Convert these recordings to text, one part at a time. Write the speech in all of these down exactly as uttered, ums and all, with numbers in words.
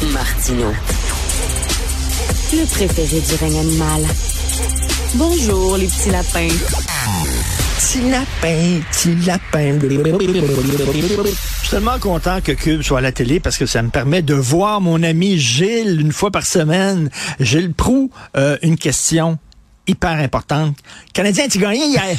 Martineau. Le préféré du règne animal. Bonjour, les petits lapins. Petit lapin, petit lapin. Je suis tellement content que Cube soit à la télé parce que ça me permet de voir mon ami Gilles une fois par semaine. Gilles Proulx, euh, une question hyper importante. Canadien, tu gagné hier?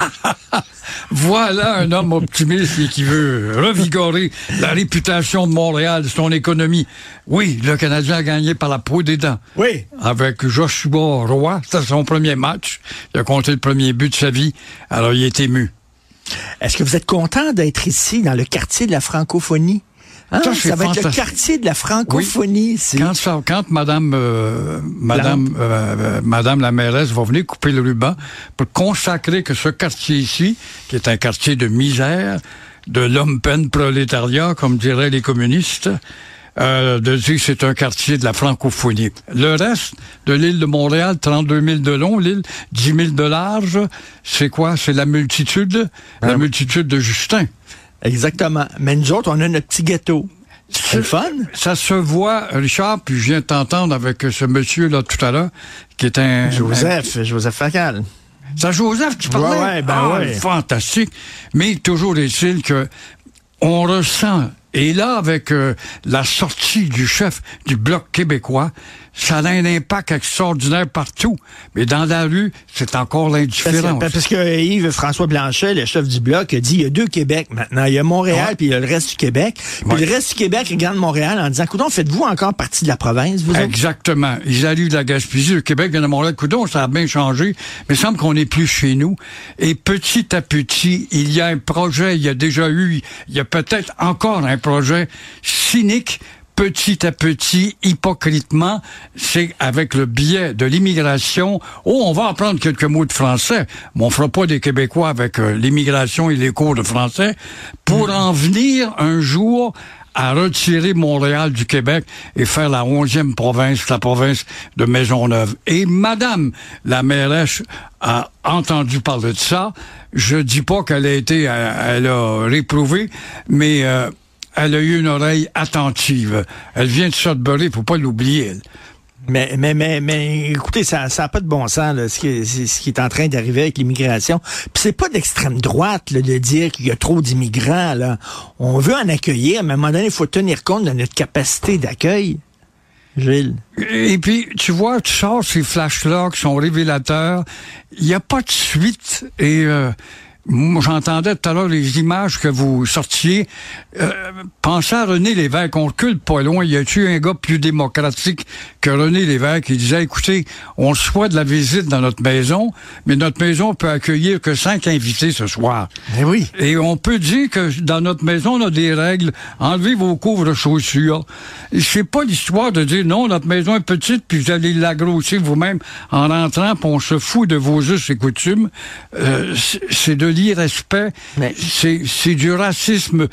Voilà un homme optimiste et qui veut revigorer la réputation de Montréal, de son économie. Oui, le Canadien a gagné par la peau des dents. Oui. Avec Joshua Roy, c'était son premier match. Il a compté le premier but de sa vie. Alors, il est ému. Est-ce que vous êtes content d'être ici, dans le quartier de la francophonie? Hein? Ça, ça va fantastique. Être le quartier de la francophonie, oui. ici. Quand, ça, quand Madame, euh, Madame, euh, Madame la mairesse va venir couper le ruban pour consacrer que ce quartier ici, qui est un quartier de misère, de lumpen prolétariat, comme diraient les communistes, euh, de dire que c'est un quartier de la francophonie. Le reste de l'île de Montréal, trente-deux mille de long, l'île, dix mille de large, c'est quoi? C'est la multitude, ah, la oui. multitude de Justin. Exactement. Mais nous autres, on a notre petit ghetto. C'est le fun. Ça se voit, Richard, puis je viens de t'entendre avec ce monsieur-là tout à l'heure, qui est un... Joseph, un... Joseph Facal. C'est Joseph qui parlait? Ouais, ouais, ben ah, ouais. Fantastique. Mais toujours est-il que on ressent, et là, avec euh, la sortie du chef du Bloc québécois, ça a un impact extraordinaire partout. Mais dans la rue, c'est encore l'indifférence. Parce que, parce que Yves-François Blanchet, le chef du Bloc, a dit il y a deux Québec maintenant. Il y a Montréal, ouais. Puis il y a le reste du Québec. Puis ouais. Le reste du Québec regarde Montréal en disant coudonc, faites-vous encore partie de la province, vous autres? Exactement. Ils arrivent de la Gaspésie, le Québec vient de Montréal. Coudonc, ça a bien changé. Mais il semble qu'on n'est plus chez nous. Et petit à petit, il y a un projet, il y a déjà eu, il y a peut-être encore un projet cynique. Petit à petit, hypocritement, c'est avec le biais de l'immigration. Oh, on va apprendre quelques mots de français, mais on fera pas des Québécois avec euh, l'immigration et les cours de français pour mmh. en venir un jour à retirer Montréal du Québec et faire la onzième province, la province de Maisonneuve. Et Madame la mairesse a entendu parler de ça. Je dis pas qu'elle a été, elle a réprouvé, mais euh, elle a eu une oreille attentive. Elle vient de Sudbury, faut pas l'oublier, elle. Mais, mais, mais, mais, écoutez, ça, ça a pas de bon sens, là, ce qui, ce qui est en train d'arriver avec l'immigration. Puis c'est pas d'extrême droite, là, de dire qu'il y a trop d'immigrants, là. On veut en accueillir, mais à un moment donné, il faut tenir compte de notre capacité d'accueil. Gilles. Et puis, tu vois, tu sors ces flashs-là qui sont révélateurs. Il n'y a pas de suite et, euh, moi, j'entendais tout à l'heure les images que vous sortiez. Euh, pensez à René Lévesque. On recule pas loin. Y a-tu un gars plus démocratique que René Lévesque qui disait, écoutez, on reçoit de la visite dans notre maison, mais notre maison peut accueillir que cinq invités ce soir. Mais oui. Et on peut dire que dans notre maison, on a des règles. Enlevez vos couvre-chaussures. C'est pas l'histoire de dire, non, notre maison est petite, puis vous allez l'agrossir vous-même en rentrant, puis on se fout de vos us et coutumes. Euh, c'est de l'irrespect, mais c'est, c'est du racisme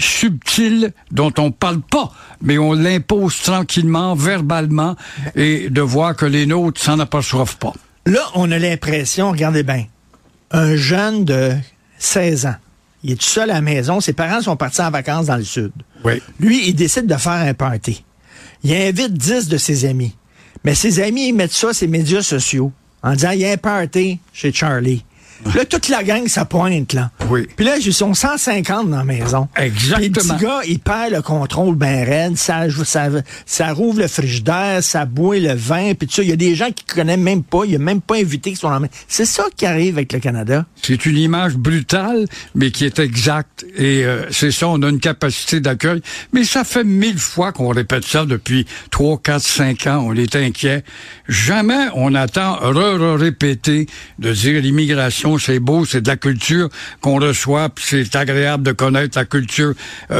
subtil dont on parle pas, mais on l'impose tranquillement, verbalement, et de voir que les nôtres s'en aperçoivent pas. Là, on a l'impression, regardez bien, un jeune de seize ans, il est tout seul à la maison, ses parents sont partis en vacances dans le sud. Oui. Lui, il décide de faire un party. Il invite dix de ses amis. Mais ses amis, ils mettent ça sur les médias sociaux, en disant, il y a un party chez Charlie. Là, toute la gang, ça pointe, là. Oui. Puis là, ils sont cent cinquante dans la maison. Exactement. Puis le petit gars, il perd le contrôle ben raide. Ça, ça, ça rouvre le frigidaire, ça boit le vin, puis tout ça. Il y a des gens qui connaissent même pas. Il a même pas invité qui sont dans la maison. C'est ça qui arrive avec le Canada. C'est une image brutale, mais qui est exacte. Et euh, c'est ça, on a une capacité d'accueil. Mais ça fait mille fois qu'on répète ça depuis trois, quatre, cinq ans. On est inquiet. Jamais on attend re-répéter de dire l'immigration, c'est beau, c'est de la culture qu'on reçoit, puis c'est agréable de connaître la culture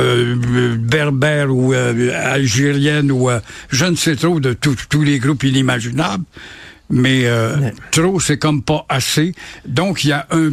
euh, berbère ou euh, algérienne ou euh, je ne sais trop de tous les groupes inimaginables. Mais euh, trop, c'est comme pas assez. Donc, il y a un but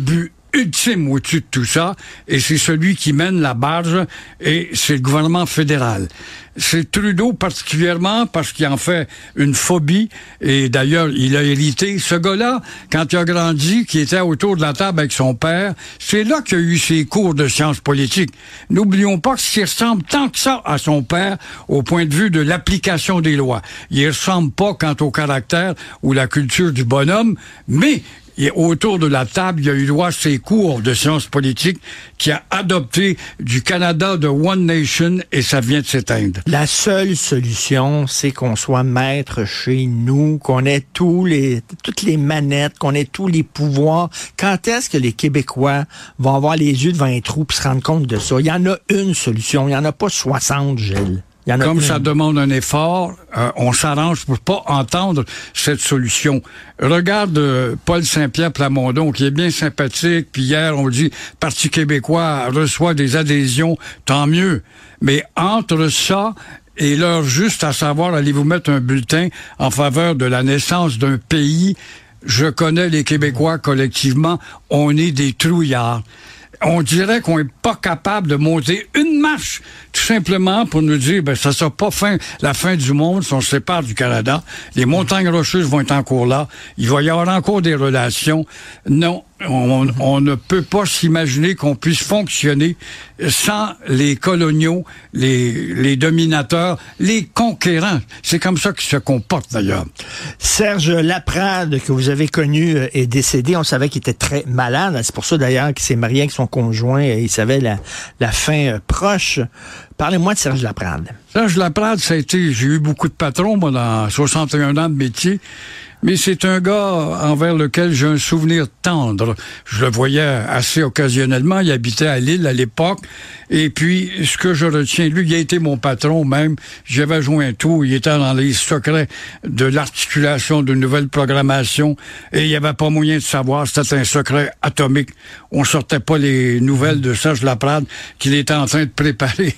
ultime au-dessus de tout ça, et c'est celui qui mène la barge, et c'est le gouvernement fédéral. C'est Trudeau particulièrement parce qu'il en fait une phobie, et d'ailleurs, il a hérité. Ce gars-là, quand il a grandi, qui était autour de la table avec son père, c'est là qu'il a eu ses cours de sciences politiques. N'oublions pas qu'il ressemble tant que ça à son père au point de vue de l'application des lois. Il ressemble pas quant au caractère ou la culture du bonhomme, mais et autour de la table, il a eu droit à ses cours de sciences politiques qui a adopté du Canada de One Nation et ça vient de s'éteindre. La seule solution, c'est qu'on soit maître chez nous, qu'on ait tous les, toutes les manettes, qu'on ait tous les pouvoirs. Quand est-ce que les Québécois vont avoir les yeux devant un trou et se rendre compte de ça? Il y en a une solution, il n'y en a pas soixante, Gilles. Comme une. ça demande un effort, euh, on s'arrange pour pas entendre cette solution. Regarde euh, Paul Saint-Pierre Plamondon, qui est bien sympathique, puis hier, on dit, Parti québécois reçoit des adhésions, tant mieux. Mais entre ça et l'heure juste, à savoir, allez-vous mettre un bulletin en faveur de la naissance d'un pays, je connais les Québécois collectivement, on est des trouillards. On dirait qu'on n'est pas capable de monter une marche, tout simplement pour nous dire, ben, ça sera pas fin, la fin du monde si on se sépare du Canada. Les montagnes rocheuses vont être encore là. Il va y avoir encore des relations. Non, on, on ne peut pas s'imaginer qu'on puisse fonctionner sans les coloniaux, les, les dominateurs, les conquérants. C'est comme ça qu'ils se comportent, d'ailleurs. Serge Laprade, que vous avez connu, est décédé. On savait qu'il était très malade. C'est pour ça, d'ailleurs, qu'il s'est marié avec son conjoint. Il savait la, la fin proche. Parlez-moi de Serge Laprade. Serge Laprade, ça a été... J'ai eu beaucoup de patrons, moi, dans soixante et un ans de métier. Mais c'est un gars envers lequel j'ai un souvenir tendre. Je le voyais assez occasionnellement. Il habitait à Lille à l'époque. Et puis, ce que je retiens, lui, il a été mon patron même. J'avais joint tout. Il était dans les secrets de l'articulation d'une nouvelle programmation. Et il n'y avait pas moyen de savoir. C'était un secret atomique. On sortait pas les nouvelles de Serge Laprade qu'il était en train de préparer.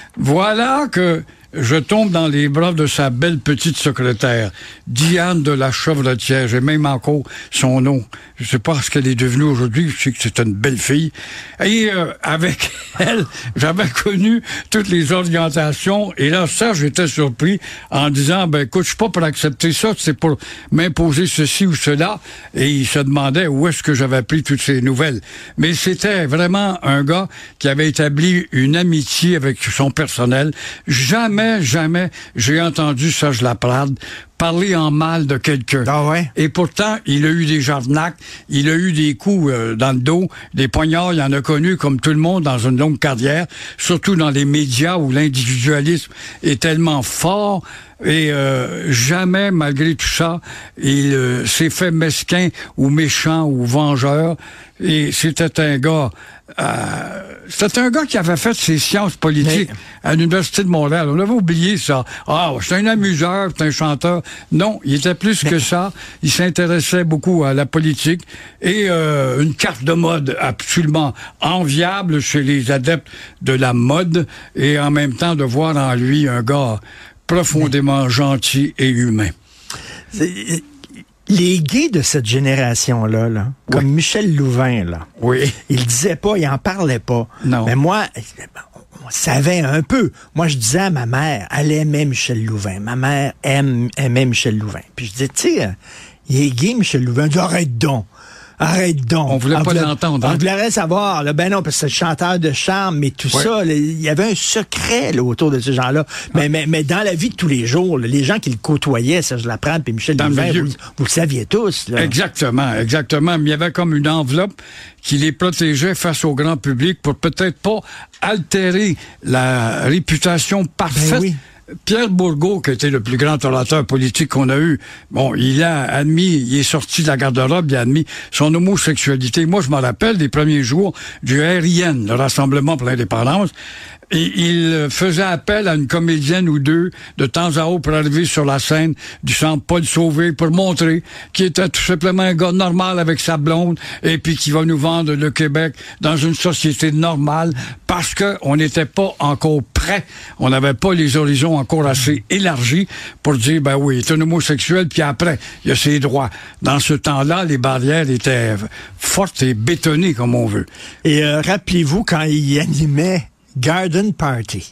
Voilà que je tombe dans les bras de sa belle petite secrétaire, Diane de la Chevretière. J'ai même encore son nom. Je sais pas ce qu'elle est devenue aujourd'hui. Je sais que c'est une belle fille. Et euh, avec elle, j'avais connu toutes les orientations. Et là, ça, j'étais surpris en disant, ben écoute, je suis pas pour accepter ça. C'est pour m'imposer ceci ou cela. Et il se demandait où est-ce que j'avais pris toutes ces nouvelles. Mais c'était vraiment un gars qui avait établi une amitié avec son personnel. Jamais Jamais j'ai entendu Serge Laprade parler en mal de quelqu'un. Ah ouais? Et pourtant, il a eu des jarnacs, il a eu des coups euh, dans le dos, des poignards, il en a connu comme tout le monde dans une longue carrière, surtout dans les médias où l'individualisme est tellement fort. Et euh, jamais, malgré tout ça, il euh, s'est fait mesquin ou méchant ou vengeur. Et c'était un gars... Euh, c'était un gars qui avait fait ses sciences politiques Mais... à l'Université de Montréal. On avait oublié ça. Ah, c'est un amuseur, c'est un chanteur. Non, il était plus Mais... que ça. Il s'intéressait beaucoup à la politique. Et euh, une carte de mode absolument enviable chez les adeptes de la mode. Et en même temps, de voir en lui un gars profondément Mais... gentil et humain. C'est... Les gays de cette génération-là, là, oui. comme Michel Louvain, là, oui. il disait pas, il en parlait pas. Non. Mais moi, on savait un peu. Moi, je disais à ma mère, elle aimait Michel Louvain. Ma mère aime, aimait Michel Louvain. Puis je disais, tu sais, il est gay, Michel Louvain. Je dis, arrête donc. Arrête donc. On voulait on pas voulait, l'entendre. On hein? voulait savoir. Là, ben non, parce que c'est le chanteur de charme, mais tout ouais. ça, il y avait un secret là, autour de ces gens-là. Mais, ouais. mais, mais dans la vie de tous les jours, là, les gens qui le côtoyaient, Serge Laprade et Michel Louvain, vous, vous le saviez tous. Là. Exactement, exactement. Mais il y avait comme une enveloppe qui les protégeait face au grand public pour peut-être pas altérer la réputation parfaite. Ben oui. Pierre Bourgault, qui était le plus grand orateur politique qu'on a eu, bon, il a admis, il est sorti de la garde-robe, il a admis son homosexualité. Moi, je me rappelle des premiers jours du R I N, le Rassemblement pour l'indépendance. Et il faisait appel à une comédienne ou deux de temps à autre pour arriver sur la scène du centre Paul Sauvé pour montrer qu'il était tout simplement un gars normal avec sa blonde et puis qui va nous vendre le Québec dans une société normale parce que on n'était pas encore prêt, on n'avait pas les horizons encore assez élargis pour dire ben oui, il est un homosexuel puis après il a ses droits. Dans ce temps-là, les barrières étaient fortes et bétonnées comme on veut. Et euh, rappelez-vous quand il animait Garden Party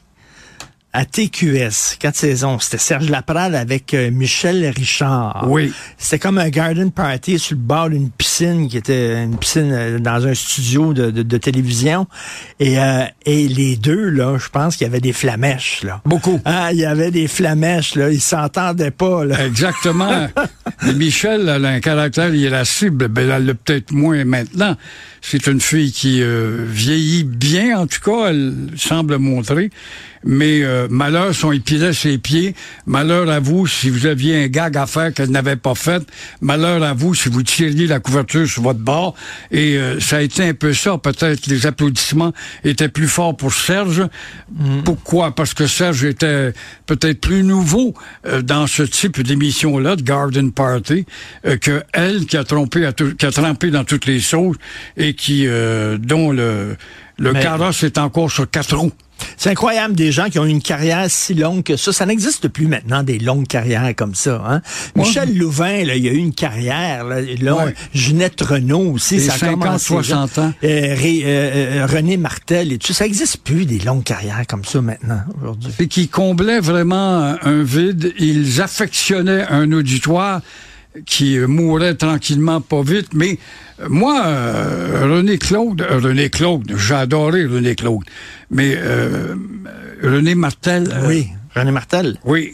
à T Q S, quatre saisons. C'était Serge Laprade avec euh, Michel Richard. Oui. C'était comme un garden party sur le bord d'une piscine qui était une piscine euh, dans un studio de, de, de télévision. Et, euh, et les deux, là, je pense qu'il y avait des flamèches, là. Beaucoup. Ah, il y avait des flamèches, là. Ils s'entendaient pas, là. Exactement. Mais Michel, elle a un caractère irascible. Ben, elle l'a peut-être moins maintenant. C'est une fille qui euh, vieillit bien, en tout cas, elle semble montrer. Mais euh, malheur, son épilait ses pieds. Malheur à vous si vous aviez un gag à faire qu'elle n'avait pas fait. Malheur à vous si vous tiriez la couverture sur votre bord. Et euh, ça a été un peu ça. Peut-être les applaudissements étaient plus forts pour Serge. Mm. Pourquoi? Parce que Serge était peut-être plus nouveau euh, dans ce type d'émission-là, de Garden Party, euh, que elle qui a trompé, à tout, qui a trempé dans toutes les sauces et qui euh, dont le, le Mais... carrosse est encore sur quatre roues. C'est incroyable, des gens qui ont une carrière si longue que ça. Ça n'existe plus maintenant, des longues carrières comme ça. Hein? Ouais. Michel Louvain, là, il a eu une carrière. Là, là ouais. Ginette Renault aussi, des ça a cinquante, commencé. soixante ans. Euh, Ré, euh, René Martel et tout ça. Ça n'existe plus, des longues carrières comme ça maintenant, aujourd'hui. Et qui comblaient vraiment un vide. Ils affectionnaient un auditoire qui mourait tranquillement pas vite, mais moi, euh, René Claude, euh, René Claude, j'ai adoré René Claude, mais euh, René Martel... Euh, oui, René Martel. Oui.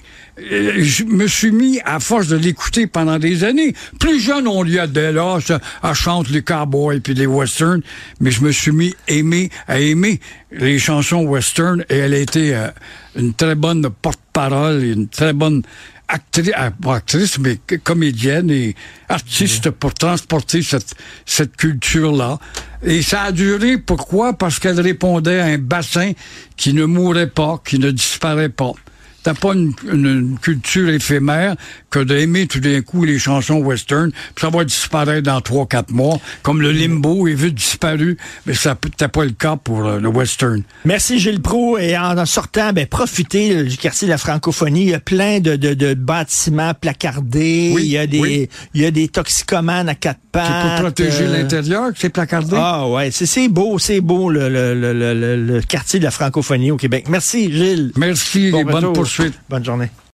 Je me suis mis, à force de l'écouter pendant des années, plus jeune, on lui a dès là, elle chante les cowboys puis les westerns, mais je me suis mis aimer, à aimer les chansons western et elle a été euh, une très bonne porte-parole, une très bonne actrice, pas actrice, mais comédienne et artiste mmh. pour transporter cette, cette culture-là. Et ça a duré, pourquoi? Parce qu'elle répondait à un bassin qui ne mourait pas, qui ne disparaît pas. T'as pas une, une, une culture éphémère que d'aimer tout d'un coup les chansons western, puis ça va disparaître dans trois, quatre mois, comme le limbo est vu disparu, mais ça t'as pas le cas pour euh, le western. Merci Gilles Proulx, et en sortant, ben profitez du quartier de la francophonie, il y a plein de, de, de bâtiments placardés, oui, il y a des oui. il y a des toxicomanes à quatre pattes. C'est pour protéger euh... l'intérieur que c'est placardé? Ah ouais, c'est, c'est beau, c'est beau le, le, le, le, le quartier de la francophonie au Québec. Merci Gilles. Merci, bon et bonne poursuite. Bonne journée.